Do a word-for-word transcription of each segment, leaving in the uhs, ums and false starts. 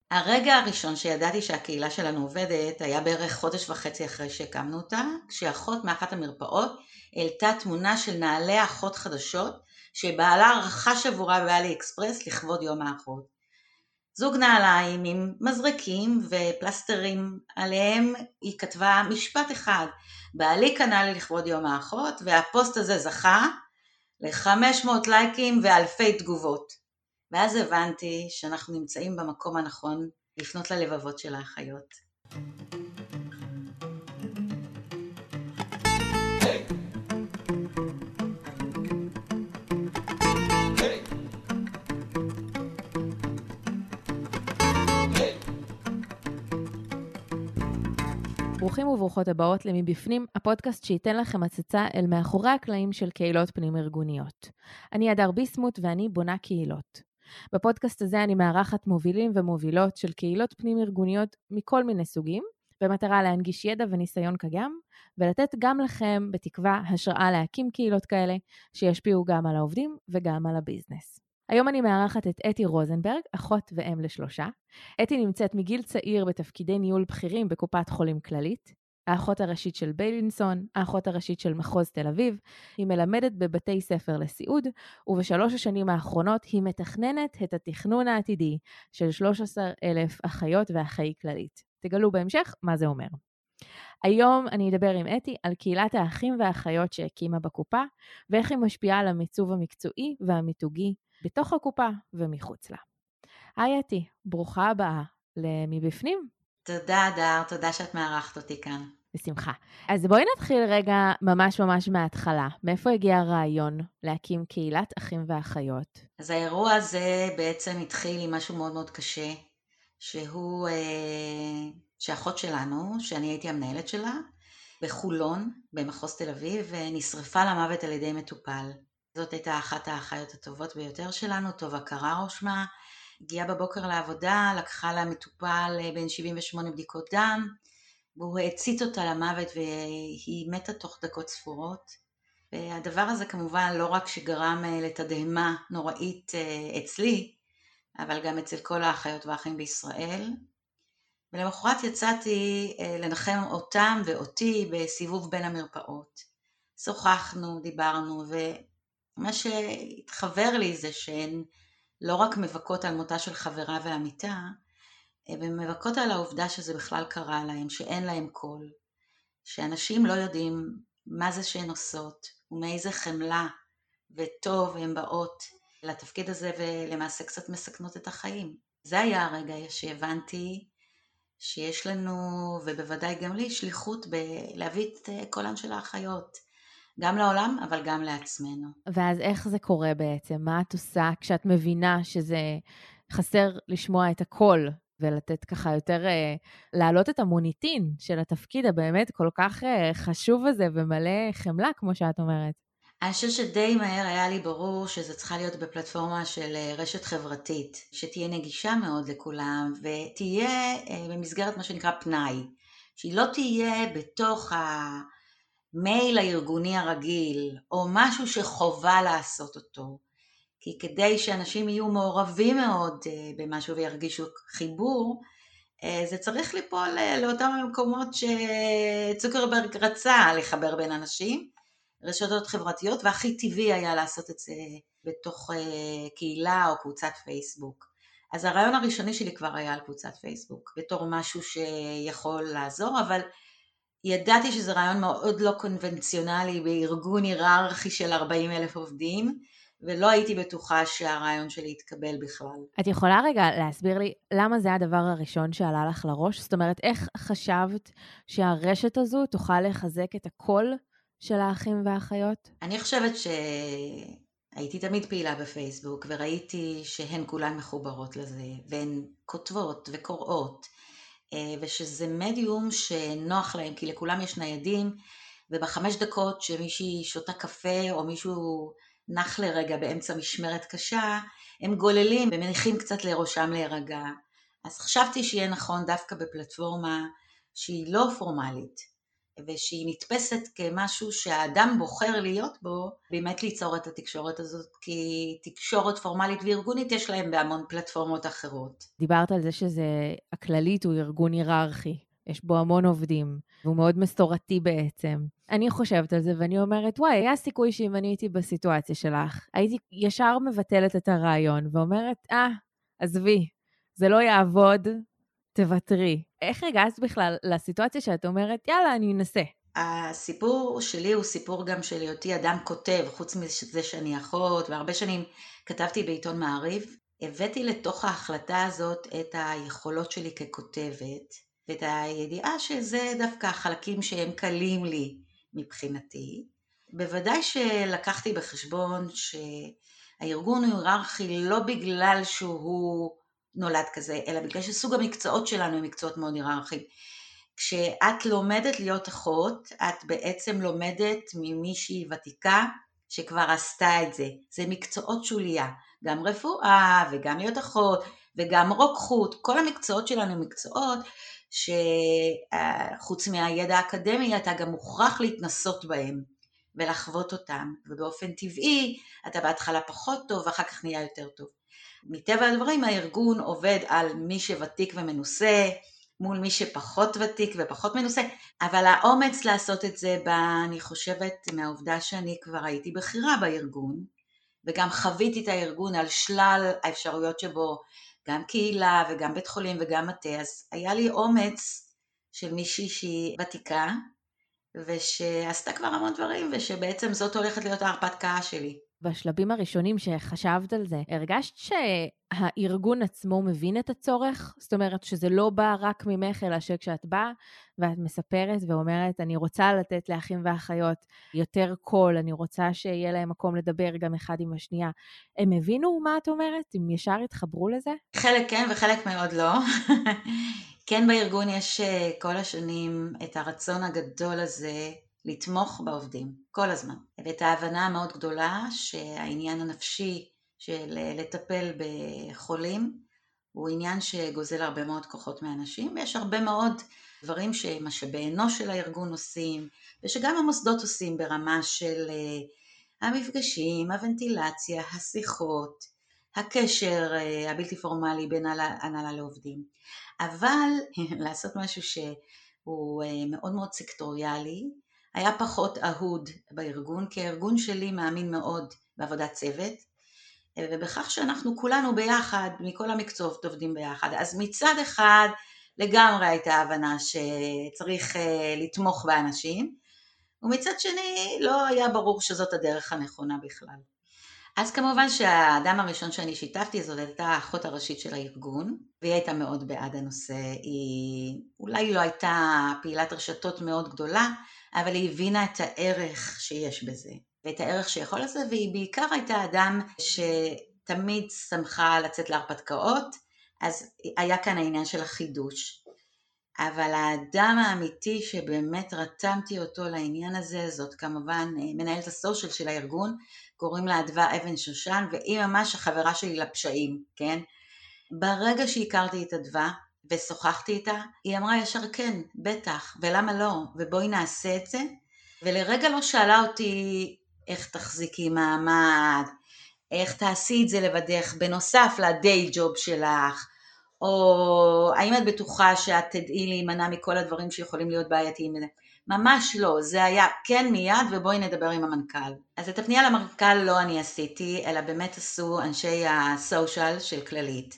הרגע הראשון שידעתי שהקהילה שלנו עובדת היה בערך חודש וחצי אחרי שהקמנו אותה, כשאחות מאחת המרפאות העלתה תמונה של נעלי אחות חדשות שבעלה רכש עבורה באלי אקספרס לכבוד יום האחות. זוג נעליים עם מזרקים ופלסטרים עליהם היא כתבה משפט אחד, בעלי קנה לי לכבוד יום האחות, והפוסט הזה זכה ל-חמש מאות לייקים ואלפי תגובות. ואז הבנתי שאנחנו נמצאים במקום הנכון לפנות ללבבות של האחיות. ברוכים וברוכות הבאות למבפנים, הפודקאסט שייתן לכם הצצה אל מאחורי הקלעים של קהילות פנים ארגוניות. אני הדר ביסמוט ואני בונה קהילות. בפודקאסט הזה אני מארחת מובילים ומובילות של קהילות פנים ארגוניות מכל מיני סוגים, במטרה להנגיש ידע וניסיון קיים, ולתת גם לכם בתקווה השראה להקים קהילות כאלה, שישפיעו גם על העובדים וגם על הביזנס. היום אני מארחת את אתי רוזנברג, אחות ואם לשלושה. אתי נמצאת מגיל צעיר בתפקידי ניהול בכירים בקופת חולים כללית, האחות הראשית של ביילינסון, האחות הראשית של מחוז תל אביב, היא מלמדת בבתי ספר לסיעוד, ובשלוש השנים האחרונות היא מתכננת את התכנון העתידי של שלושה עשר אלף אחיות ואחי כללית. תגלו בהמשך מה זה אומר. היום אני אדבר עם אתי על קהילת האחים והאחיות שהקימה בקופה, ואיך היא משפיעה על המיצוב המקצועי והמיתוגי בתוך הקופה ומחוץ לה. היי אתי, ברוכה הבאה למבפנים. תודה אדר, תודה שאת מארחת אותי כאן. בשמחה. אז בואי נתחיל רגע ממש ממש מההתחלה. מאיפה הגיע הרעיון להקים קהילת אחים ואחיות? אז האירוע הזה בעצם התחיל עם משהו מאוד מאוד קשה, שהוא, שאחות שלנו, שאני הייתי המנהלת שלה, בחולון, במחוז תל אביב, נשרפה למוות על ידי מטופל. זאת הייתה אחת האחיות הטובות ביותר שלנו, טובה קררו שמה, הגיעה בבוקר לעבודה, לקחה לה מטופל בין שבעים ושמונה בדיקות דם, והוא הצית אותה למוות והיא מתה תוך דקות ספורות. והדבר הזה כמובן לא רק שגרם לתדהמה נוראית אצלי, אבל גם אצל כל האחיות והאחים בישראל. ולמחרת יצאתי לנחם אותם ואותי בסיבוב בין המרפאות. שוחחנו, דיברנו, ומה שהתחבר לי זה שהן לא רק מבכות על מותה של חברה ועמיתה, והן מבכות על העובדה שזה בכלל קרה להם, שאין להם קול, שאנשים לא יודעים מה זה שהן עושות, ומאיזה חמלה וטוב הן באות לתפקיד הזה, ולמעשה קצת מסכנות את החיים. זה היה הרגע שהבנתי שיש לנו, ובוודאי גם לי, שליחות בלהביא את קולן של האחיות, גם לעולם, אבל גם לעצמנו. ואז איך זה קורה בעצם? מה את עושה כשאת מבינה שזה חסר לשמוע את הקול, ולתת ככה יותר, להעלות את המוניטין של התפקיד הבאמת כל כך חשוב הזה, ומלא חמלה, כמו שאת אומרת? אני חושבת שדי מהר היה לי ברור שזה צריכה להיות בפלטפורמה של רשת חברתית, שתהיה נגישה מאוד לכולם, ותהיה במסגרת מה שנקרא פנאי, שהיא לא תהיה בתוך המייל הארגוני הרגיל, או משהו שחובה לעשות אותו, כי כדי שאנשים יהיו מעורבים מאוד במשהו וירגישו חיבור, זה צריך ליפול לאותם המקומות שצוקרברג רצה לחבר בין אנשים, רשתות חברתיות, והכי טבעי היה לעשות את זה בתוך קהילה או קבוצת פייסבוק. אז הרעיון הראשוני שלי כבר היה על קבוצת פייסבוק, בתור משהו שיכול לעזור, אבל ידעתי שזה רעיון מאוד לא קונבנציונלי בארגון היררכי של ארבעים אלף עובדים, ולא הייתי בטוחה שהרעיון שלי יתקבל בכלל. את יכולה רגע להסביר לי למה זה הדבר הראשון שעלה לך לראש? זאת אומרת, איך חשבת שהרשת הזו תוכל לחזק את הקול של האחים והאחיות? אני חושבת שהייתי תמיד פעילה בפייסבוק, וראיתי שהן כולן מחוברות לזה, והן כותבות וקוראות, ושזה מדיום שנוח להם, כי לכולם יש ניידים, ובחמש דקות שמישהי שותה קפה, או מישהו נח לרגע באמצע משמרת קשה, הם גוללים ומניחים קצת לראשם להירגע. אז חשבתי שיהיה נכון דווקא בפלטפורמה שהיא לא פורמלית, ושהיא נתפסת כמשהו שהאדם בוחר להיות בו, באמת ליצור את התקשורת הזאת, כי תקשורת פורמלית וארגונית יש להם בהמון פלטפורמות אחרות. דיברת על זה שזה, הכללית הוא ארגון היררכי, יש בו המון עובדים, והוא מאוד מסורתי בעצם. אני חושבת על זה ואני אומרת, וואי, היה סיכוי שאם אני הייתי בסיטואציה שלך, הייתי ישר מבטלת את הרעיון ואומרת, אה, עזבי, זה לא יעבוד, תוותרי. איך הגעת בכלל לסיטואציה שאת אומרת, יאללה, אני אנסה? הסיפור שלי הוא סיפור גם של היותי אדם כותב, חוץ מזה שאני אחות, והרבה שנים כתבתי בעיתון מעריב. הבאתי לתוך ההחלטה הזאת את היכולות שלי ככותבת, ואת הידיעה שזה דווקא החלקים שהם קלים לי מבחינתי. בוודאי שלקחתי בחשבון שהארגון הוא היררכי לא בגלל שהוא נולד כזה, אלא בגלל שסוג המקצועות שלנו הם מקצועות מאוד היררכיים. כשאת לומדת להיות אחות, את בעצם לומדת ממישהי ותיקה שכבר עשתה את זה. זה מקצועות שוליה, גם רפואה וגם להיות אחות וגם רוקחות. כל המקצועות שלנו הם מקצועות שחוץ מהידע האקדמי אתה גם מוכרח להתנסות בהם ולחוות אותם. ובאופן טבעי אתה בהתחלה פחות טוב ואחר כך נהיה יותר טוב. מטבע הדברים הארגון עובד על מי שוותיק ומנוסה, מול מי שפחות ותיק ופחות מנוסה, אבל האומץ לעשות את זה בא, אני חושבת, מהעובדה שאני כבר הייתי בכירה בארגון, וגם חוויתי את הארגון על שלל האפשרויות שבו, גם קהילה וגם בית חולים וגם מטה, אז היה לי אומץ של מישהי שהיא ותיקה, ושעשתה כבר המון דברים, ושבעצם זאת הולכת להיות ההרפתקה שלי. בשלבים הראשונים שחשבת על זה, הרגשת שהארגון עצמו מבין את הצורך? זאת אומרת שזה לא בא רק ממך, אלא שכשאת באה ואת מספרת ואומרת, אני רוצה לתת לאחים ואחיות יותר קול, אני רוצה שיהיה להם מקום לדבר גם אחד עם השנייה. הם הבינו מה את אומרת? הם ישר התחברו לזה? חלק כן וחלק מאוד לא. כן, בארגון יש כל השנים את הרצון הגדול הזה לתמוך בעובדים, כל הזמן. ואת ההבנה המאוד גדולה שהעניין הנפשי של לטפל בחולים הוא עניין שגוזל הרבה מאוד כוחות מאנשים, ויש הרבה מאוד דברים שמשאבי אנוש של הארגון עושים, ושגם המוסדות עושים ברמה של המפגשים, הוונטילציה, השיחות, הקשר הבלתי פורמלי בין הנהלה לעובדים. אבל לעשות משהו שהוא מאוד מאוד סקטוריאלי, היה פחות אהוד בארגון, כי הארגון שלי מאמין מאוד בעבודת צוות, ובכך שאנחנו כולנו ביחד, מכל המקצועות עובדים ביחד. אז מצד אחד לגמרי הייתה הבנה שצריך לתמוך באנשים, ומצד שני לא היה ברור שזאת הדרך הנכונה בכלל. אז כמובן שהאדם הראשון שאני שיתפתי זאת הייתה האחות הראשית של הארגון, והיא הייתה מאוד בעד הנושא. היא אולי לא הייתה פעילת רשתות מאוד גדולה, אבל היא הבינה את הערך שיש בזה, ואת הערך שיכול לזה, והיא בעיקר הייתה אדם שתמיד שמחה לצאת להרפתקאות, אז היה כאן העניין של החידוש. אבל האדם האמיתי שבאמת רתמתי אותו לעניין הזה, זאת כמובן מנהלת הסושיאל של הארגון, קוראים לה אדווה אבן שושן, והיא ממש החברה שלי לפשעים, כן? ברגע שהכרתי את אדווה ושוחחתי איתה, היא אמרה ישר כן, בטח, ולמה לא, ובואי נעשה את זה. ולרגע לא שאלה אותי איך תחזיקי מעמד, איך תעשי את זה לבדך, בנוסף לדיי ג'וב שלך, או האם את בטוחה שאת תדעי להימנע מכל הדברים שיכולים להיות בעייתיים. ממש לא, זה היה כן מיד ובואי נדבר עם המנכ"ל. אז את הפנייה למנכ"ל לא אני עשיתי, אלא באמת עשו אנשי הסושיאל של כללית.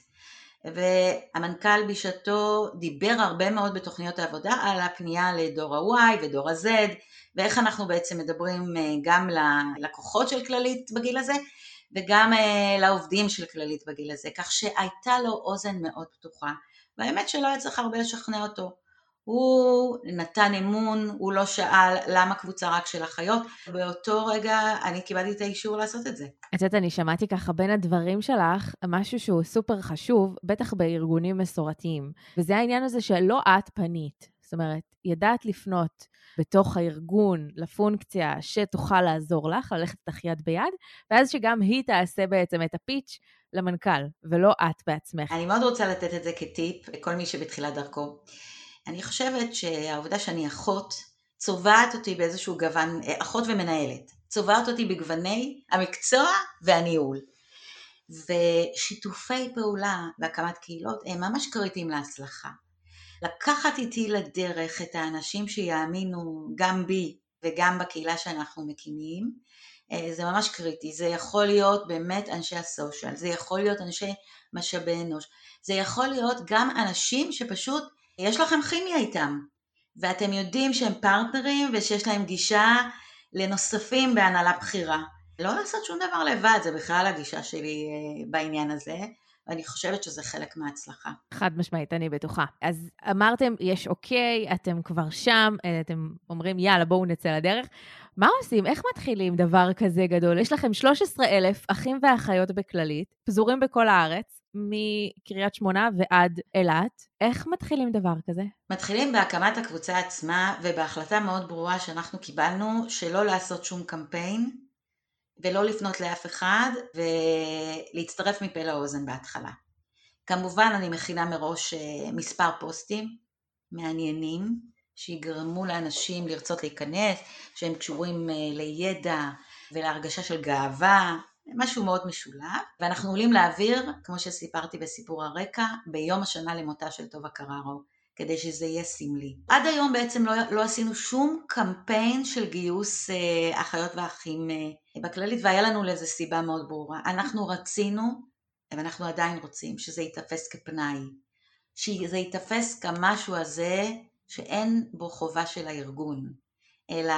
והמנכ"ל בשעתו דיבר הרבה מאוד בתוכניות העבודה על הפנייה לדור ה-Y ודור ה-Z, ואיך אנחנו בעצם מדברים גם ללקוחות של כללית בגיל הזה, וגם לעובדים של כללית בגיל הזה, כך שהייתה לו אוזן מאוד פתוחה, והאמת שלא היה צריך הרבה לשכנע אותו. הוא נתן אמון, הוא לא שאל למה קבוצה רק של אחיות, באותו רגע אני קיבלתי את האישור לעשות את זה. את יודעת, אני שמעתי ככה בין הדברים שלך, משהו שהוא סופר חשוב, בטח בארגונים מסורתיים, וזה העניין הזה שלא את פנית, זאת אומרת, ידעת לפנות בתוך הארגון לפונקציה שתוכל לעזור לך, ללכת איתך יד ביד, ואז שגם היא תעשה בעצם את הפיץ' למנכ"ל, ולא את בעצמך. אני מאוד רוצה לתת את זה כטיפ לכל מי שבתחילת דרכו. אני חושבת שהעובדה שאני אחות צובעת אותי באיזשהו גוון, אחות ומנהלת, צובעת אותי בגווני המקצוע והניהול. ושיתופי פעולה והקמת קהילות הם ממש קריטיים להצלחה. לקחת איתי לדרך את האנשים שיאמינו גם בי וגם בקהילה שאנחנו מקימים, זה ממש קריטי. זה יכול להיות באמת אנשי הסושיאל, זה יכול להיות אנשי משאבי אנוש, זה יכול להיות גם אנשים שפשוט יש לכם כימיה איתם, ואתם יודעים שהם פרטנרים ושיש להם גישה לנוספים בהנהלה בחירה. לא לעשות שום דבר לבד, זה בכלל הגישה שלי בעניין הזה, ואני חושבת שזה חלק מההצלחה. חד משמעית, אני בטוחה. אז אמרתם, יש אוקיי, אתם כבר שם, אתם אומרים, יאללה, בואו נצא לדרך. מה עושים? איך מתחילים דבר כזה גדול? יש לכם שלושה עשר אלף אחים ואחיות בכללית, פזורים בכל הארץ, מקריית שמונה ועד אילת. איך מתחילים דבר כזה? מתחילים בהקמת הקבוצה עצמה, ובהחלטה מאוד ברורה שאנחנו קיבלנו, שלא לעשות שום קמפיין, ולא לפנות לאף אחד, ולהצטרף מפה לאוזן בהתחלה. כמובן אני מכינה מראש מספר פוסטים מעניינים, שיגרמו לאנשים לרצות להיכנס, שהם קשורים לידע ולהרגשה של גאווה, משהו מאוד משולב, ואנחנו עולים לאוויר, כמו שסיפרתי בסיפור הרקע, ביום השנה למותה של טובה קררו, כדי שזה יהיה סמלי. עד היום בעצם לא, לא עשינו שום קמפיין של גיוס אה, אחיות ואחים אה, בכללית, והיה לנו לזה סיבה מאוד ברורה. אנחנו רצינו, ואנחנו עדיין רוצים, שזה יתפס כפנאי, שזה יתפס כמשהו הזה, שאין בו חובה של הארגון, אלא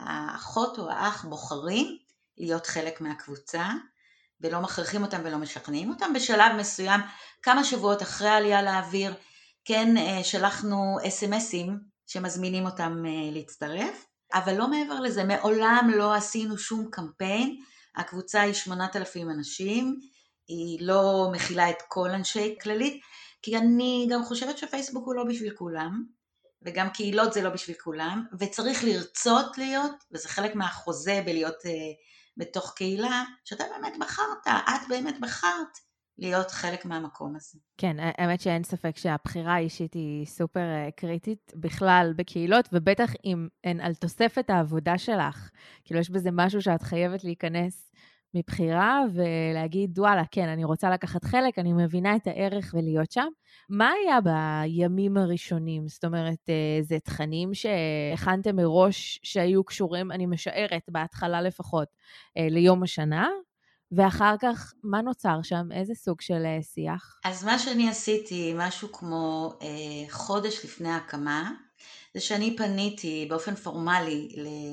האחות או האח בוחרים להיות חלק מהקבוצה, ולא מכריחים אותם ולא משכנעים אותם. בשלב מסוים, כמה שבועות אחרי העלייה לאוויר, כן שלחנו אס אם אסים שמזמינים אותם להצטרף, אבל לא מעבר לזה, מעולם לא עשינו שום קמפיין. הקבוצה היא שמונת אלפים אנשים, היא לא מכילה את כל אנשי כללית, כי אני גם חושבת שפייסבוק הוא לא בשביל כולם, וגם קהילות זה לא בשביל כולם, וצריך לרצות להיות, וזה חלק מהחוזה בלהיות uh, בתוך קהילה, שאתה באמת בחרת, את באמת בחרת להיות חלק מהמקום הזה. כן, האמת שאין ספק שהבחירה האישית היא סופר קריטית בכלל בקהילות, ובטח אם הן על תוספת העבודה שלך. כאילו יש בזה משהו שאת חייבת להיכנס מבחירה ולהגיד, וואלה, כן, אני רוצה לקחת חלק, אני מבינה את הערך ולהיות שם. מה היה בימים הראשונים? זאת אומרת, זה תכנים שהכנתם מראש שהיו קשורים, אני משערת, בהתחלה לפחות, ליום השנה, ואחר כך, מה נוצר שם? איזה סוג של שיח? אז מה שאני עשיתי, משהו כמו אה, חודש לפני ההקמה, זה שאני פניתי באופן פורמלי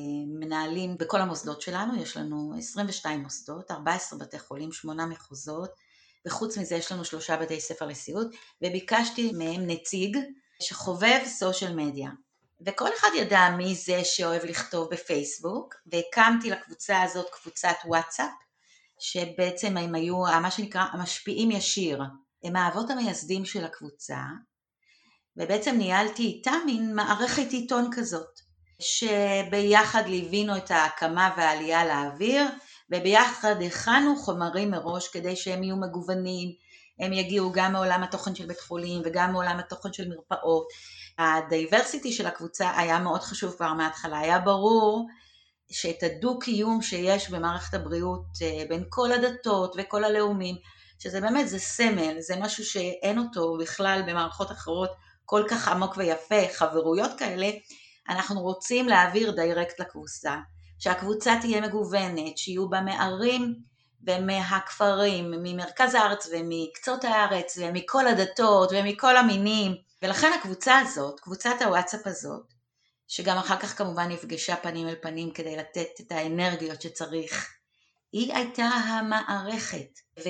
למנהלים בכל המוסדות שלנו, יש לנו עשרים ושתיים מוסדות, ארבעה עשר בתי חולים, שמונה מחוזות, וחוץ מזה יש לנו שלושה בתי ספר לסיעוד, וביקשתי מהם נציג שחובב סושיאל מדיה. וכל אחד ידע מי זה שאוהב לכתוב בפייסבוק, והקמתי לקבוצה הזאת קבוצת וואטסאפ, שבעצם הם היו מה שנקרא המשפיעים ישיר, הם האבות המייסדים של הקבוצה, ובעצם ניהלתי איתה מין מערכת עיתון כזאת, שביחד ליווינו את ההקמה והעלייה לאוויר, וביחד הכנו חומרים מראש כדי שהם יהיו מגוונים, הם יגיעו גם מעולם התוכן של בית חולים וגם מעולם התוכן של מרפאות. הדייברסיטי של הקבוצה היה מאוד חשוב כבר מההתחלה, היה ברור שאת הדו-קיום שיש במערכת הבריאות בין כל הדתות וכל הלאומים, שזה באמת, זה סמל, זה משהו שאין אותו בכלל במערכות אחרות כל כך עמוק ויפה, חברויות כאלה, אנחנו רוצים להעביר דיירקט לקבוצה, שהקבוצה תהיה מגוונת, שיהיו בה מערים ומהכפרים, ממרכז הארץ ומקצות הארץ ומכל הדתות ומכל המינים, ולכן הקבוצה הזאת, קבוצת הוואטסאפ הזאת, שגם אחר כך כמובן נפגשה פנים אל פנים כדי לתת את האנרגיות שצריך, היא הייתה המערכת.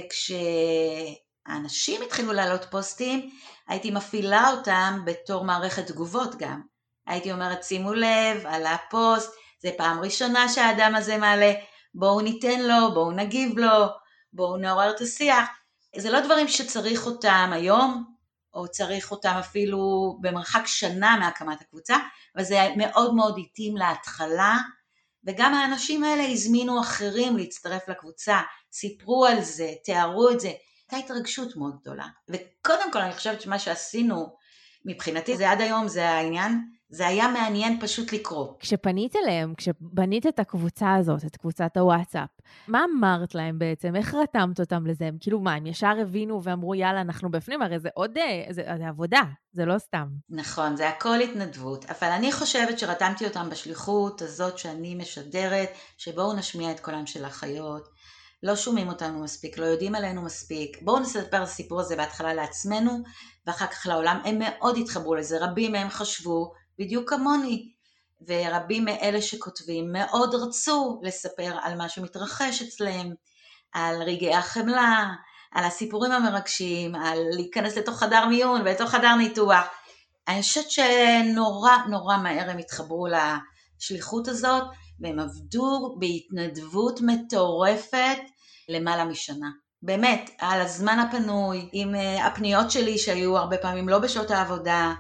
וכשאנשים התחילו לעלות פוסטים, הייתי מפעילה אותם בתור מערכת תגובות גם. הייתי אומרת, שימו לב על הפוסט, זה פעם ראשונה שהאדם הזה מעלה, בואו ניתן לו, בואו נגיב לו, בואו נעורר את השיח. זה לא דברים שצריך אותם היום, או צריך אותם אפילו במרחק שנה מהקמת הקבוצה, אבל זה מאוד מאוד התאים להתחלה, וגם האנשים האלה הזמינו אחרים להצטרף לקבוצה, סיפרו על זה, תיארו את זה, הייתה התרגשות מאוד גדולה. וקודם כל אני חושבת שמה שעשינו מבחינתי, זה עד היום זה העניין, זה היה מעניין פשוט לקרוא. כשפנית אליהם, כשבנית את הקבוצה הזאת, את קבוצת הוואטסאפ, מה אמרת להם בעצם? איך רתמת אותם לזה? הם כאילו מה, הם ישר הבינו ואמרו, יאללה, אנחנו בפנים, הרי זה עוד, זה, זה עבודה, זה לא סתם. נכון, זה הכל התנדבות, אבל אני חושבת שרתמתי אותם בשליחות הזאת שאני משדרת, שבואו נשמיע את קולם של החיות, לא שומעים אותנו מספיק, לא יודעים עלינו מספיק, בואו נספר את הסיפור הזה בהתחלה לעצמנו, ואחר כך לעולם. הם מאוד התחברו לזה, רבים מהם חשבו, בדיוק כמוני, ורבים מאלה שכותבים מאוד רצו לספר על מה שמתרחש אצלם, על רגעי החמלה, על הסיפורים המרגשים, על להיכנס לתוך חדר מיון ולתוך חדר ניתוח. אני חושבת שנורא נורא מהר הם התחברו לשליחות הזאת, והם עבדו בהתנדבות מטורפת למעלה משנה. באמת, על הזמן הפנוי, עם הפניות שלי שהיו הרבה פעמים לא בשעות העבודה,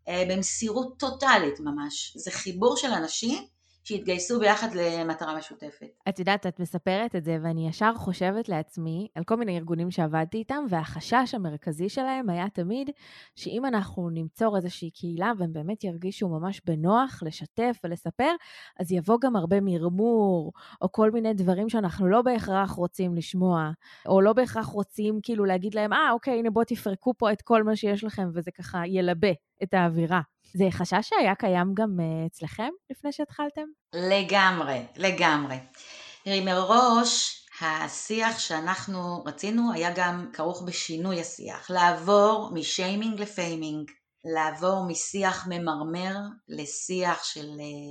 במסירות טוטלית ממש. זה חיבור של אנשים שהתגייסו ביחד למטרה משותפת. את יודעת, את מספרת את זה, ואני ישר חושבת לעצמי על כל מיני ארגונים שעבדתי איתם, והחשש המרכזי שלהם היה תמיד שאם אנחנו נמצור איזושהי קהילה, והם באמת ירגישו ממש בנוח לשתף ולספר, אז יבוא גם הרבה מרמור, או כל מיני דברים שאנחנו לא בהכרח רוצים לשמוע, או לא בהכרח רוצים כאילו להגיד להם, אה, אוקיי, הנה בוא תפרקו פה את כל מה שיש לכם, וזה ככה ילבה את האווירה. זה חשש שהיה קיים גם אצלכם לפני שהתחלתם? לגמרי, לגמרי. תראי, מראש השיח שאנחנו רצינו היה גם כרוך בשינוי השיח, לעבור משיימינג לפיימינג, לעבור משיח ממרמר לשיח של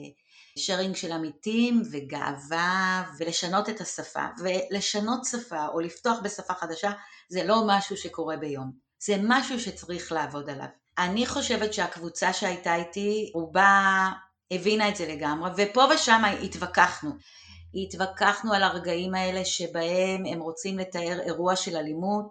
שרינג של אמיתים וגאווה, ולשנות את השפה. ולשנות שפה או לפתוח בשפה חדשה זה לא משהו שקורה ביום, זה משהו שצריך לעבוד עליו. אני חושבת שהקבוצה שהייתה איתי, רובה הבינה את זה לגמרי, ופה ושם התווכחנו. התווכחנו על הרגעים האלה שבהם הם רוצים לתאר אירוע של אלימות,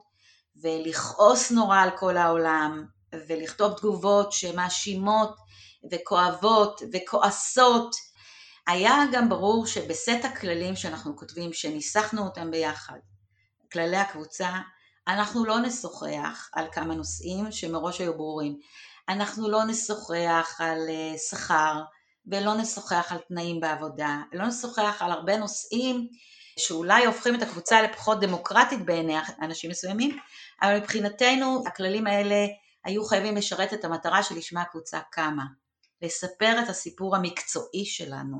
ולכעוס נורא על כל העולם, ולכתוב תגובות שמאשימות וכואבות וכועסות. היה גם ברור שבסט הכללים שאנחנו כותבים, שניסחנו אותם ביחד, כללי הקבוצה, אנחנו לא נשוחח על כמה נושאים שמראש היו ברורים. אנחנו לא נשוחח על שכר, ולא נשוחח על תנאים בעבודה, לא נשוחח על הרבה נושאים שאולי הופכים את הקבוצה לפחות דמוקרטית בעיני אנשים מסוימים, אבל מבחינתנו הכללים האלה היו חייבים לשרת את המטרה שלשמה הקבוצה קמה, לספר את הסיפור המקצועי שלנו,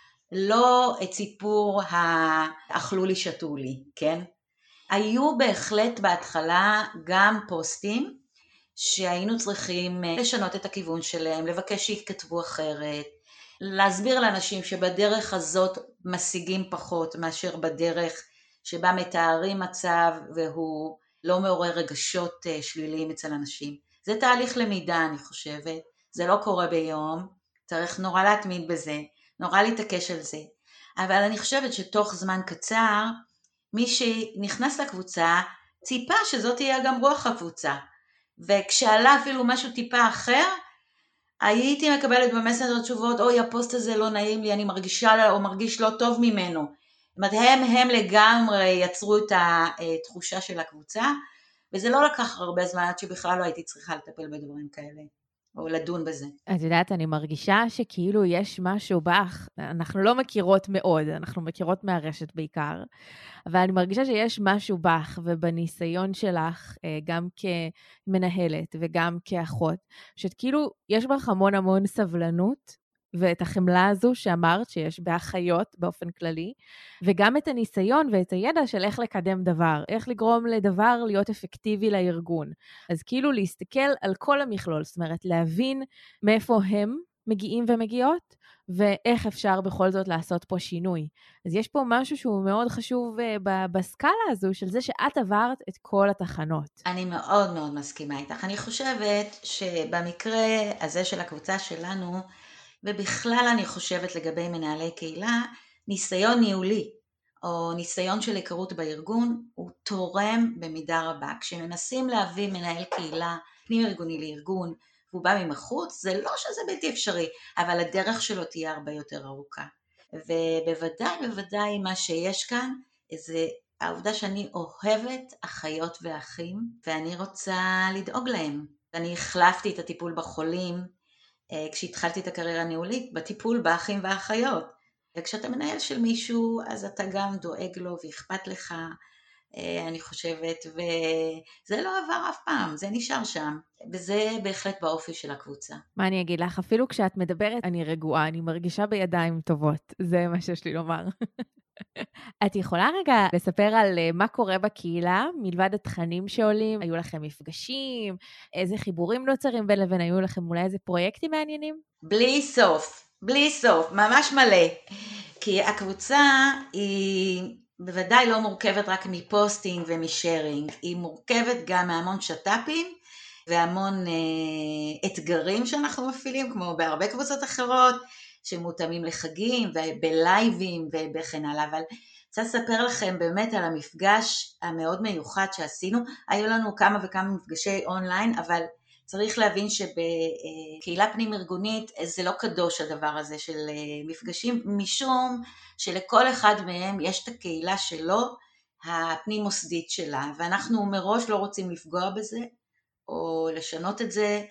לא את סיפור האכלו לי שתו לי, כן? היו בהחלט בהתחלה גם פוסטים שהיינו צריכים לשנות את הכיוון שלהם, לבקש שיתכתבו אחרת, להסביר לאנשים שבדרך הזאת משיגים פחות מאשר בדרך שבה מתארים מצב והוא לא מעורר רגשות שליליים אצל אנשים. זה תהליך למידה, אני חושבת, זה לא קורה ביום, צריך נורא להתמיד בזה, נורא להתעקש על זה, אבל אני חושבת שתוך זמן קצר מי שנכנס לקבוצה ציפה שזאת תהיה גם רוח הקבוצה, וכשעלה אפילו משהו טיפה אחר, הייתי מקבלת במסנג'ר תשובות, אוי הפוסט הזה לא נעים לי, אני מרגישה או מרגיש לא טוב ממנו. זאת אומרת, הם, הם לגמרי יצרו את התחושה של הקבוצה, וזה לא לקח הרבה זמן עד שבכלל לא הייתי צריכה לטפל בדברים כאלה, או לדון בזה. את יודעת, אני מרגישה שכאילו יש משהו בך, אנחנו לא מכירות מאוד, אנחנו מכירות מהרשת בעיקר, אבל אני מרגישה שיש משהו בך ובניסיון שלך, גם כמנהלת וגם כאחות, שכאילו יש בך המון המון סבלנות, ואת החמלה הזו שאמרת שיש באחיות באופן כללי, וגם את הניסיון ואת הידע של איך לקדם דבר, איך לגרום לדבר להיות אפקטיבי לארגון. אז כאילו להסתכל על כל המכלול, זאת אומרת להבין מאיפה הם מגיעים ומגיעות, ואיך אפשר בכל זאת לעשות פה שינוי. אז יש פה משהו שהוא מאוד חשוב בסקאלה הזו, של זה שאת עברת את כל התחנות. אני מאוד מאוד מסכימה איתך. אני חושבת שבמקרה הזה של הקבוצה שלנו, ובכלל אני חושבת לגבי מנהלי קהילה, ניסיון ניהולי או ניסיון של היכרות בארגון הוא תורם במידה רבה. כשמנסים להביא מנהל קהילה פנים ארגוני לארגון והוא בא ממחוץ, זה לא שזה בלתי אפשרי, אבל הדרך שלו תהיה הרבה יותר ארוכה. ובוודאי בוודאי מה שיש כאן זה העובדה שאני אוהבת אחיות ואחים ואני רוצה לדאוג להם. אני החלפתי את הטיפול בחולים כשהתחלתי את הקריירה הניהולית, בטיפול באחים ואחיות. וכשאתה מנהל של מישהו, אז אתה גם דואג לו ואכפת לך, אני חושבת, וזה לא עבר אף פעם, זה נשאר שם, וזה בהחלט באופי של הקבוצה. מה אני אגיד לך? אפילו כשאת מדברת, אני רגועה, אני מרגישה בידיים טובות, זה מה שיש לי לומר. את יכולה רגע לספר על מה קורה בקהילה, מלבד התכנים שעולים, היו לכם מפגשים, איזה חיבורים נוצרים בין לבין, היו לכם אולי איזה פרויקטים מעניינים? בלי סוף, בלי סוף, ממש מלא. כי הקבוצה היא בוודאי לא מורכבת רק מפוסטינג ומשארינג, היא מורכבת גם מהמון שטאפים, והמון אה, אתגרים שאנחנו מפעילים, כמו בהרבה קבוצות אחרות, שמותאמים לחגים ובלייבים ובכן הלאה, אבל רוצה לספר לכם באמת על המפגש המאוד מיוחד שעשינו, היו לנו כמה וכמה מפגשי אונליין, אבל צריך להבין שבקהילה פנים ארגונית זה לא קדוש הדבר הזה של מפגשים, משום שלכל אחד מהם יש את הקהילה שלו, הפנים מוסדית שלה, ואנחנו מראש לא רוצים לפגוע בזה, או לשנות את זה,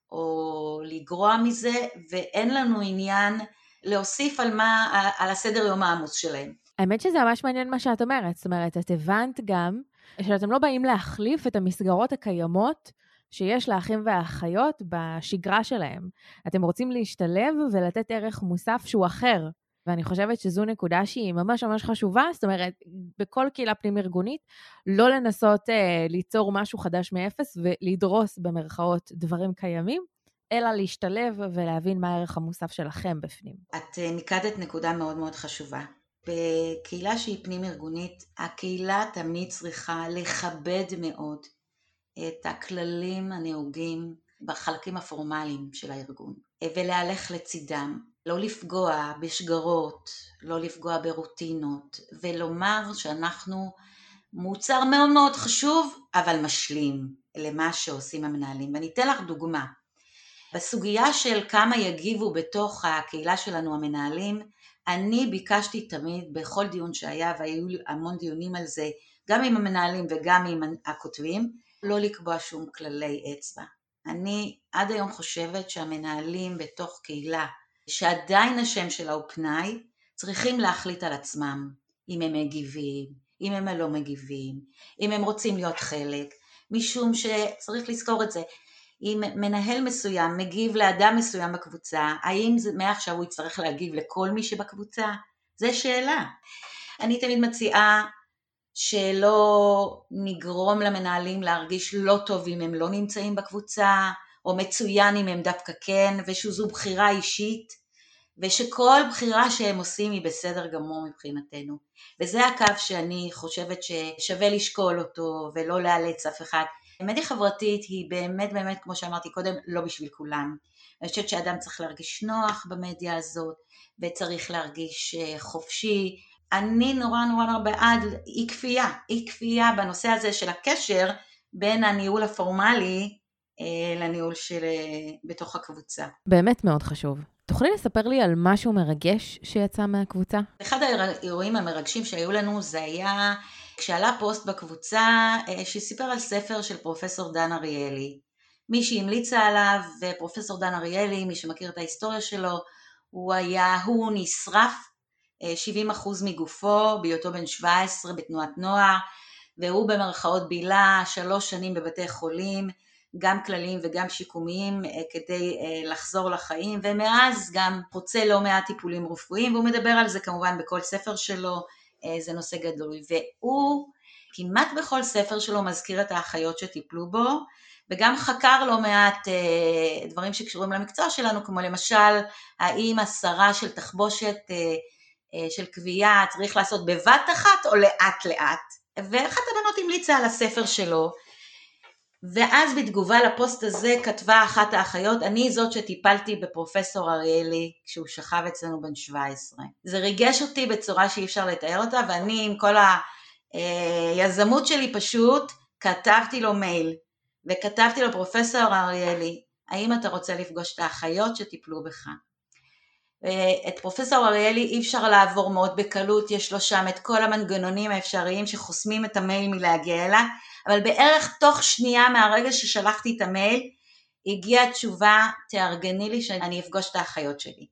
או לגרוע מזה, ואין לנו עניין להוסיף על מה, על הסדר יום העמוס שלהם. האמת שזה ממש מעניין מה שאת אומרת, זאת אומרת, את הבנת גם שאתם לא באים להחליף את המסגרות הקיימות שיש לאחים והאחיות בשגרה שלהם. אתם רוצים להשתלב ולתת ערך מוסף שהוא אחר, ואני חושבת שזו נקודה שהיא ממש ממש חשובה, זאת אומרת, בכל קהילה פנים ארגונית, לא לנסות אה, ליצור משהו חדש מאפס ולדרוס במרכאות דברים קיימים, אלא להשתלב ולהבין מה הערך המוסף שלכם בפנים. את ניקדת נקודה מאוד מאוד חשובה. בקהילה שהיא פנים ארגונית, הקהילה תמיד צריכה לכבד מאוד את הכללים הנהוגים בחלקים הפורמליים של הארגון, ולהלך לצידם, לא לפגוע בשגרות, לא לפגוע ברוטינות, ולומר שאנחנו מוצר מאוד מאוד חשוב, אבל משלים למה שעושים המנהלים. ואני אתן לך דוגמה. בסוגיה של כמה יגיבו בתוך הקהילה שלנו המנהלים, אני ביקשתי תמיד בכל דיון שהיה, והיו המון דיונים על זה, גם עם המנהלים וגם עם הכותבים, לא לקבוע שום כללי אצבע. אני עד היום חושבת שהמנהלים בתוך קהילה, שעדיין השם שלה הוא פנאי, צריכים להחליט על עצמם, אם הם מגיבים, אם הם לא מגיבים, אם הם רוצים להיות חלק, משום שצריך לזכור את זה. אם מנהל מסוים מגיב לאדם מסוים בקבוצה, האם זה מעכשיו הוא יצטרך להגיב לכל מי שבקבוצה? זו שאלה. אני תמיד מציעה שלא נגרום למנהלים להרגיש לא טוב אם הם לא נמצאים בקבוצה, או מצוין אם הם דווקא כן, ושזו בחירה אישית, ושכל בחירה שהם עושים היא בסדר גמור מבחינתנו. וזה הקו שאני חושבת ששווה לשקול אותו, ולא לאלץ אף אחד. מדיה חברתית היא באמת באמת, כמו שאמרתי קודם, לא בשביל כולם. אני חושבת שאדם צריך להרגיש נוח במדיה הזאת, וצריך להרגיש חופשי. אני נורא נורא נורא בעד אי כפייה, אי כפייה בנושא הזה של הקשר בין הניהול הפורמלי לניהול של בתוך הקבוצה. באמת מאוד חשוב. תוכלי לספר לי על משהו מרגש שיצא מהקבוצה? אחד האירועים המרגשים שהיו לנו זה היה כשעלה פוסט בקבוצה שסיפר על ספר של פרופסור דן אריאלי. מי שהמליצה עליו, ופרופסור דן אריאלי, מי שמכיר את ההיסטוריה שלו, הוא היה, הוא נשרף שבעים אחוז מגופו, בהיותו בן שבע עשרה בתנועת נוער, והוא במרכאות בילה שלוש שנים בבתי חולים, גם כלליים וגם שיקומיים, כדי לחזור לחיים, ומאז גם רוצה לא מעט טיפולים רפואיים, והוא מדבר על זה כמובן בכל ספר שלו, זה נושא גדול, והוא כמעט בכל ספר שלו מזכיר את האחיות שטיפלו בו, וגם חקר לא מעט דברים שקשורים למקצוע שלנו, כמו למשל, האם הסרה של תחבושת של קביעה צריך לעשות בבת אחת או לאט לאט, ואחת הבנות המליצה על הספר שלו, ואז בתגובה לפוסט הזה כתבה אחת האחיות, אני זאת שטיפלתי בפרופסור אריאלי כשהוא שכב אצלנו בן שבע עשרה. זה ריגש אותי בצורה שאי אפשר לתאר אותה, ואני עם כל היזמות שלי פשוט כתבתי לו מייל, וכתבתי לו פרופסור אריאלי, האם אתה רוצה לפגוש את האחיות שטיפלו בך? את פרופסור אריאלי אי אפשר לעבור מאוד בקלות, יש לו שם את כל המנגנונים האפשריים שחוסמים את המייל מלהגיע אליי, אבל בערך תוך שנייה מהרגע ששלחתי את המייל, הגיעה תשובה, תארגני לי שאני אפגוש את האחיות שלי.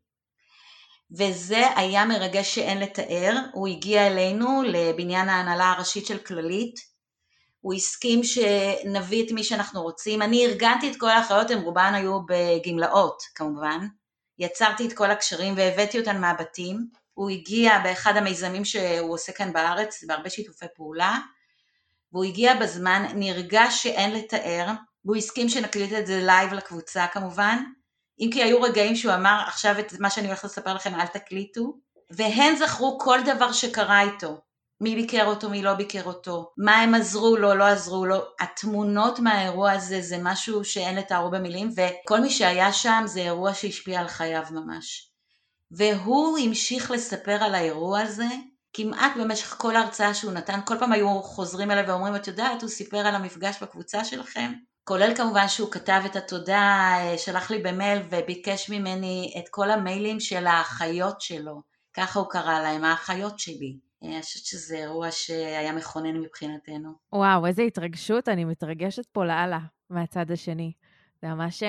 וזה היה מרגש שאין לתאר, הוא הגיע אלינו לבניין ההנהלה הראשית של כללית, הוא הסכים שנביא את מי שאנחנו רוצים, אני ארגנתי את כל האחיות, הם רובן היו בגמלאות כמובן, יצרתי את כל הקשרים והבאתי אותן מהבתים, הוא הגיע באחד המיזמים שהוא עושה כאן בארץ, בהרבה שיתופי פעולה, והוא הגיע בזמן, נרגש שאין לתאר, והוא הסכים שנקליט את זה לייב לקבוצה כמובן, אם כי היו רגעים שהוא אמר, עכשיו את מה שאני הולכת לספר לכם אל תקליטו, והן זכרו כל דבר שקרה איתו, מי ביקר אותו, מי לא ביקר אותו, מה הם עזרו לו, לא עזרו לו, התמונות מהאירוע הזה זה משהו שאין לתארו במילים, וכל מי שהיה שם זה אירוע שהשפיע על חייו ממש. והוא המשיך לספר על האירוע הזה, כמעט במשך כל ההרצאה שהוא נתן, כל פעם היו חוזרים אליו ואומרים, את יודעת, הוא סיפר על המפגש בקבוצה שלכם, כולל כמובן שהוא כתב את התודה, שלח לי במייל וביקש ממני את כל המיילים של האחיות שלו, ככה הוא קרא להם, האחיות שלי. אני חושבת שזה אירוע שהיה מכונן מבחינתנו. וואו, איזה התרגשות, אני מתרגשת פה לאללה, מהצד השני. זה ממש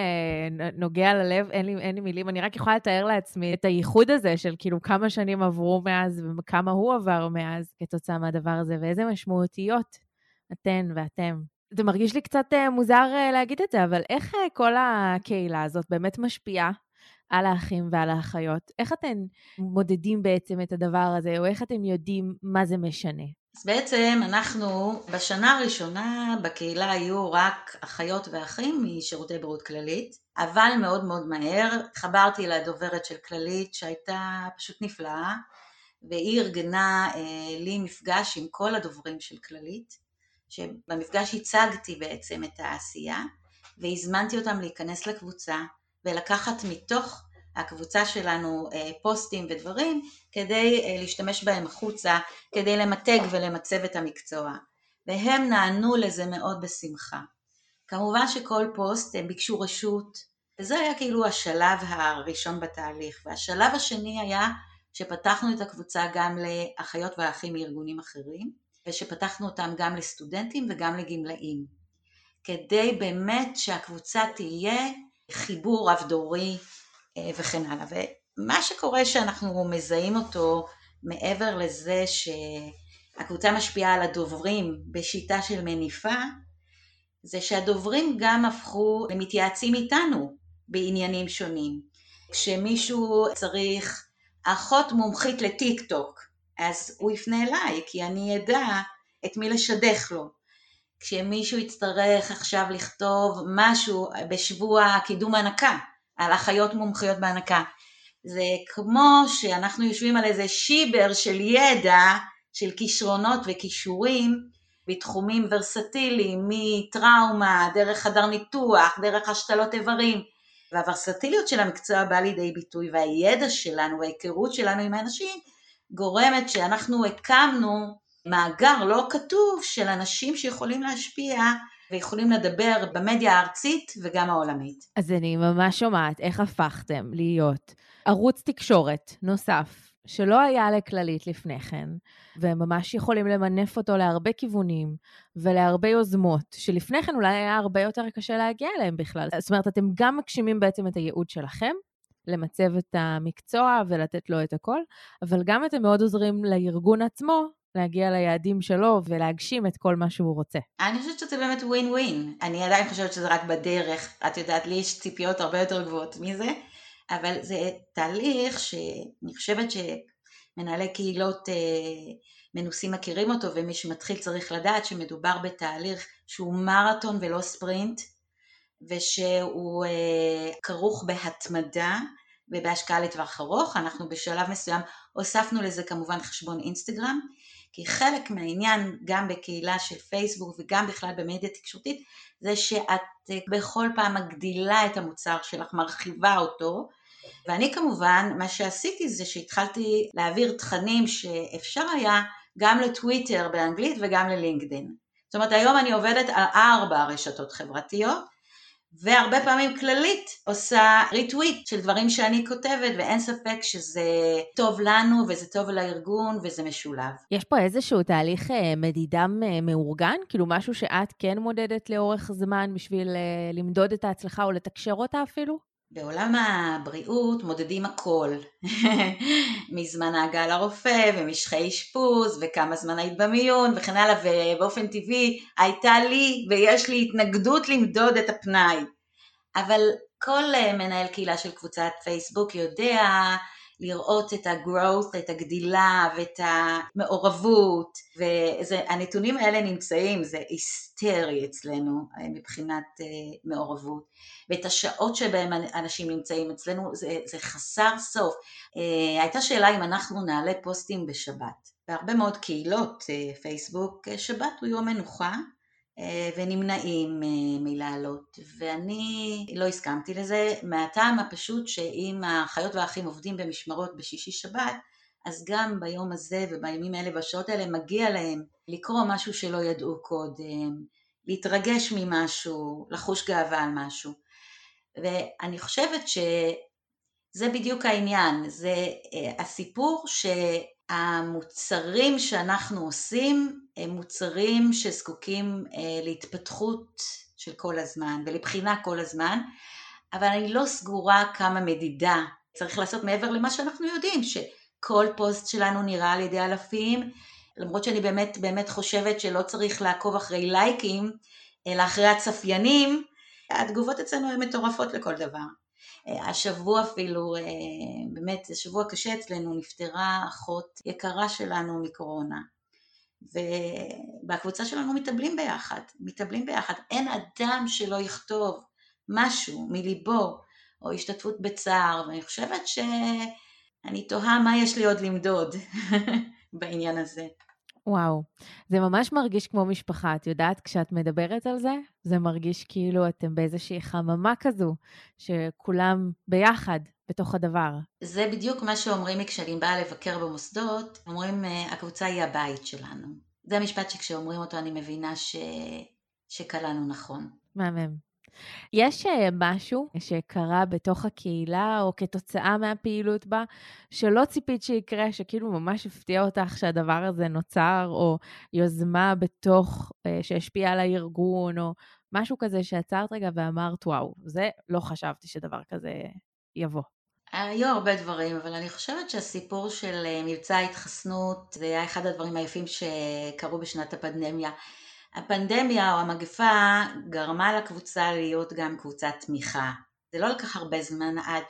נוגע ללב, אין לי, אין לי מילים, אני רק יכולה לתאר לעצמי את הייחוד הזה של כאילו כמה שנים עברו מאז וכמה הוא עבר מאז כתוצאה מהדבר הזה, ואיזה משמעותיות אתן ואתם. זה מרגיש לי קצת מוזר להגיד את זה, אבל איך כל הקהילה הזאת באמת משפיעה על האחים ועל האחיות? איך אתם מודדים בעצם את הדבר הזה, או איך אתם יודעים מה זה משנה? אז בעצם אנחנו בשנה הראשונה בקהילה היו רק אחיות ואחים משירותי בריאות כללית, אבל מאוד מאוד מהר חברתי לדוברת של כללית שהייתה פשוט נפלאה, והיא ארגנה אה, לי מפגש עם כל הדוברים של כללית, שבמפגש הצגתי בעצם את העשייה, והזמנתי אותם להיכנס לקבוצה ולקחת מתוך הקבוצה שלנו פוסטים ודברים, כדי להשתמש בהם החוצה, כדי למתג ולמצב את המקצוע. והם נענו לזה מאוד בשמחה. כמובן שכל פוסט הם ביקשו רשות, וזה היה כאילו השלב הראשון בתהליך. והשלב השני היה שפתחנו את הקבוצה גם לאחיות ואחים מארגונים אחרים, ושפתחנו אותם גם לסטודנטים וגם לגמלאים. כדי באמת שהקבוצה תהיה חיבור רב דורי, וכן הלאה. ומה שקורה שאנחנו מזהים אותו מעבר לזה שהקבוצה משפיעה על הדוברים בשיטה של מניפה, זה שהדוברים גם הפכו למתייעצים איתנו בעניינים שונים. כשמישהו צריך אחות מומחית לטיק טוק, אז הוא יפנה אליי, כי אני ידע את מי לשדך לו. כשמישהו יצטרך עכשיו לכתוב משהו בשבוע קידום הנקה, על אחיות מומחיות בהנקה. זה כמו שאנחנו יושבים על איזה שיבר של ידע, של כישרונות וכישורים, בתחומים ורסטיליים, מטראומה, דרך חדר ניתוח, דרך השתלות איברים, והוורסטיליות של המקצוע בא לידי ביטוי, והידע שלנו וההיכרות שלנו עם האנשים, גורמת שאנחנו הקמנו מאגר לא כתוב של אנשים שיכולים להשפיע, ויכולים לדבר במדיה הארצית וגם העולמית. אז אני ממש שומעת איך הפכתם להיות ערוץ תקשורת נוסף, שלא היה לכללית לפני כן, וממש יכולים למנף אותו להרבה כיוונים, ולהרבה יוזמות, שלפני כן אולי היה הרבה יותר קשה להגיע אליהם בכלל. זאת אומרת, אתם גם מגשימים בעצם את הייעוד שלכם, למצב את המקצוע ולתת לו את הכל, אבל גם אתם מאוד עוזרים לארגון עצמו, להגיע ליעדים שלו ולהגשים את כל מה שהוא רוצה. אני חושבת שזה באמת ווין ווין. אני עדיין חושבת שזה רק בדרך. את יודעת, לי יש ציפיות הרבה יותר גבוהות מזה, אבל זה תהליך שאני חושבת שמנהלי קהילות מנוסים מכירים אותו, ומי שמתחיל צריך לדעת שמדובר בתהליך שהוא מרתון ולא ספרינט, ושהוא כרוך בהתמדה ובהשקעה לטווח ארוך. אנחנו בשלב מסוים הוספנו לזה כמובן חשבון אינסטגרם, כי חלק מהעניין גם בקהילה של פייסבוק וגם בכלל במדיה תקשורתית, זה שאת בכל פעם מגדילה את המוצר שלך, מרחיבה אותו, ואני כמובן מה שעשיתי זה שהתחלתי להעביר תכנים שאפשר היה גם לטוויטר באנגלית וגם ללינקדין. זאת אומרת היום אני עובדת על ארבע רשתות חברתיות, והרבה פעמים כללית עושה ריטוויט של דברים שאני כותבת, ואין ספק שזה טוב לנו וזה טוב לארגון וזה משולב. יש פה איזשהו תהליך אה, מדידה מ- מאורגן? כאילו משהו שאת כן מודדת לאורך זמן בשביל אה, למדוד את ההצלחה או לתקשר אותה אפילו? בעולם הבריאות מודדים הכל, מזמן ההגעה לרופא ומשכי אשפוז וכמה זמן היית במיון וכן הלאה, ובאופן טבעי הייתה לי ויש לי התנגדות למדוד את הפנאי. אבל כל מנהל קהילה של קבוצת פייסבוק יודע לראות את ה-growth, את הגדילה ואת המעורבות, והנתונים האלה נמצאים, זה היסטרי אצלנו מבחינת מעורבות, ואת השעות שבהם אנשים נמצאים אצלנו, זה, זה חסר סוף. הייתה שאלה אם אנחנו נעלה פוסטים בשבת, בהרבה מאוד קהילות פייסבוק, שבת הוא יום מנוחה, ונמנעים מלעלות, ואני לא הסכמתי לזה, מהטעם הפשוט שאם האחיות והאחים עובדים במשמרות בשישי שבת, אז גם ביום הזה ובימים האלה בשעות האלה מגיע להם לקרוא משהו שלא ידעו קודם, להתרגש ממשהו, לחוש גאווה על משהו. ואני חושבת שזה בדיוק העניין, זה הסיפור שהמוצרים שאנחנו עושים הם מוצרים שזקוקים להתפתחות של כל הזמן ולבחינה כל הזמן, אבל אני לא סגורה כמה מדידה צריך לעשות מעבר למה שאנחנו יודעים, שכל פוסט שלנו נראה על ידי אלפים, למרות שאני באמת באמת חושבת שלא צריך לעקוב אחרי לייקים, אלא אחרי הצפיינים, התגובות אצלנו הן מטורפות לכל דבר. השבוע אפילו, באמת, השבוע קשה אצלנו, נפטרה אחות יקרה שלנו מקורונה, ובקבוצה שלנו מתאבלים ביחד, מתאבלים ביחד, אין אדם שלא יכתוב משהו מליבו, או השתתפות בצער, ואני חושבת שאני תוהה מה יש לי עוד למדוד בעניין הזה. וואו, זה ממש מרגיש כמו משפחה, את יודעת, כשאת מדברת על זה, זה מרגיש כאילו אתם באיזושהי חממה כזו, שכולם ביחד בתוך הדבר. זה בדיוק מה שאומרים לי כשאני באה לבקר במוסדות, אומרים, הקבוצה היא הבית שלנו. זה המשפט שכשאומרים אותו אני מבינה ש... שקלענו נכון. מהמם. יש משהו שקרה בתוך הקהילה, או כתוצאה מהפעילות בה, שלא ציפית שיקרה, שכאילו ממש הפתיע אותך שהדבר הזה נוצר, או יוזמה בתוך, שהשפיעה על הארגון, או משהו כזה שעצרת רגע ואמרת, וואו, זה לא חשבתי שדבר כזה יבוא. היו הרבה דברים, אבל אני חושבת שהסיפור של מבצע ההתחסנות, זה היה אחד הדברים היפים שקרו בשנת הפנדמיה. הפנדמיה או המגפה גרמה לקבוצה להיות גם קבוצת תמיכה. זה לא לקח הרבה זמן עד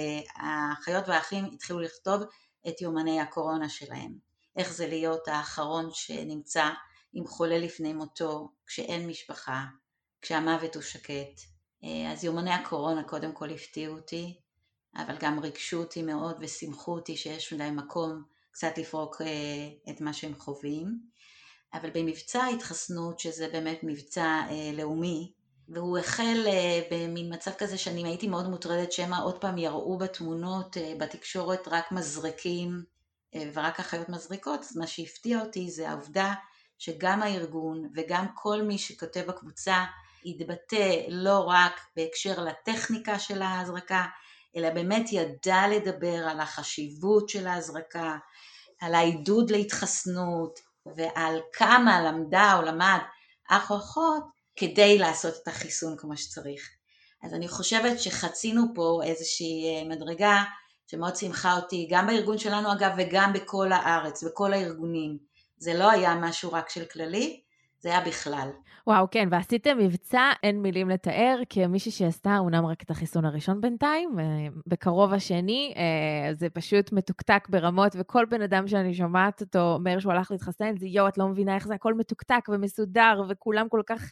שהאחיות והאחים התחילו לכתוב את יומני הקורונה שלהם. איך זה להיות האחרון שנמצא עם חולה לפני מותו, כשאין משפחה, כשהמוות הוא שקט. אז יומני הקורונה קודם כל הפתיעו אותי, אבל גם ריגשו אותי מאוד ושימחו אותי שיש להם מקום קצת לפרוק את מה שהם חווים. אבל במבצע ההתחסנות, שזה באמת מבצע אה, לאומי, והוא החל אה, במין מצב כזה שאני הייתי מאוד מוטרדת שמה עוד פעם יראו בתמונות, אה, בתקשורת רק מזרקים אה, ורק אחיות מזריקות, אז מה שהפתיע אותי זה העובדה שגם הארגון וגם כל מי שכותב בקבוצה התבטא לא רק בהקשר לטכניקה של ההזרקה, אלא באמת ידע לדבר על החשיבות של ההזרקה, על העידוד להתחסנות, ועל כמה למדה או למד אח או אחות כדי לעשות את החיסון כמו שצריך. אז אני חושבת שחצינו פה איזושהי מדרגה שמאוד שמחה אותי, גם בארגון שלנו אגב וגם בכל הארץ, בכל הארגונים. זה לא היה משהו רק של כללי, זה היה בכלל. וואו, כן, ועשיתם מבצע, אין מילים לתאר, כי מישהי שעשתה אומנם רק את החיסון הראשון בינתיים, בקרוב השני, זה פשוט מתוקתק ברמות, וכל בן אדם שאני שומעת אותו אומר שהוא הלך להתחסן, זה יו, את לא מבינה איך זה הכל מתוקתק ומסודר, וכולם כל כך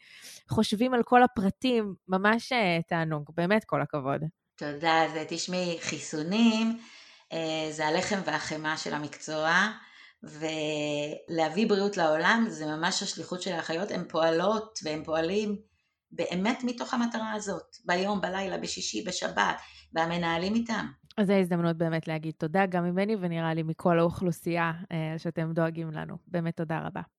חושבים על כל הפרטים, ממש תענוג, באמת כל הכבוד. תודה, זה תשמעי, חיסונים, זה הלחם והחמה של המקצוע, ולהביא בריאות לעולם זה ממש השליחות של האחיות, הן פועלות והן פועלים באמת מתוך המטרה הזאת, ביום, בלילה, בשישי, בשבת, והמנהלים איתם. אז זו הזדמנות באמת להגיד תודה גם ממני, ונראה לי מכל האוכלוסייה שאתם דואגים לנו. באמת תודה רבה.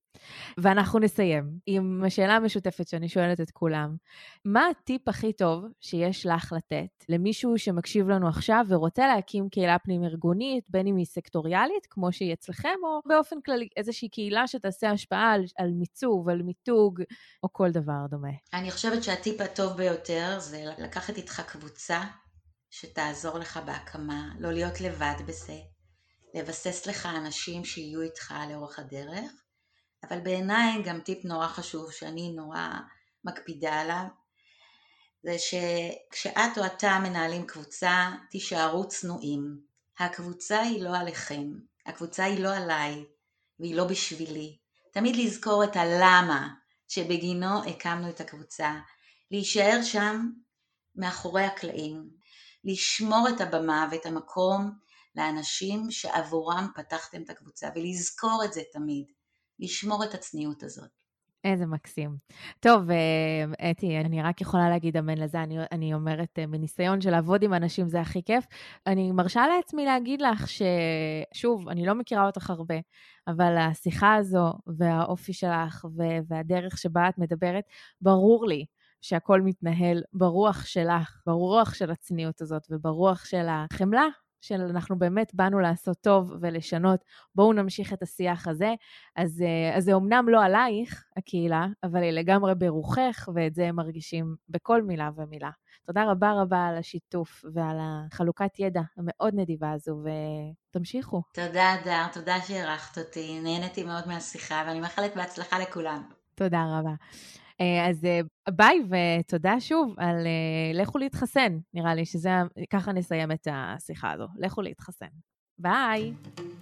ואנחנו נסיים עם השאלה המשותפת שאני שואלת את כולם. מה הטיפ הכי טוב שיש לך לתת למישהו שמקשיב לנו עכשיו ורוצה להקים קהילה פנים-ארגונית, בין אם היא סקטוריאלית, כמו שהיא אצלכם, או באופן כללי איזושהי קהילה שתעשה השפעה על, על מיצוב, על מיתוג, או כל דבר דומה? אני חושבת שהטיפ הטוב ביותר זה לקחת איתך קבוצה שתעזור לך בהקמה, לא להיות לבד בזה, לבסס לך אנשים שיהיו איתך לאורך הדרך, אבל בעיניי גם טיפ נורא חשוב שאני נורא מקפידה עליו, זה שכשאת או אתה מנהלים קבוצה, תישארו צנועים. הקבוצה היא לא עליכם, הקבוצה היא לא עליי, והיא לא בשבילי. תמיד לזכור את הלמה שבגינו הקמנו את הקבוצה, להישאר שם מאחורי הקלעים, לשמור את הבמה ואת המקום לאנשים שעבורם פתחתם את הקבוצה, ולזכור את זה תמיד, לשמור את הצניעות הזאת. איזה מקסים. טוב, אתי, אני רק יכולה להגיד אמן לזה, אני, אני אומרת, מניסיון של לעבוד עם אנשים זה הכי כיף. אני מרשה לעצמי להגיד לך ששוב, אני לא מכירה אותך הרבה, אבל השיחה הזו והאופי שלך והדרך שבה את מדברת, ברור לי שהכל מתנהל ברוח שלך, ברוח של הצניעות הזאת וברוח של החמלה, של אנחנו באמת באנו לעשות טוב ולשנות, בואו נמשיך את השיח הזה. אז, אז זה אומנם לא עלייך, הקהילה, אבל היא לגמרי ברוחך, ואת זה הם מרגישים בכל מילה ומילה. תודה רבה רבה על השיתוף ועל החלוקת ידע המאוד נדיבה הזו, ותמשיכו. תודה, דר, תודה שהערכת אותי. נהניתי מאוד מהשיחה, ואני מאחלת בהצלחה לכולם. תודה רבה. אז ביי, ותודה שוב על לכו להתחסן. נראה לי שזה, ככה נסיים את השיחה הזו. לכו להתחסן. ביי.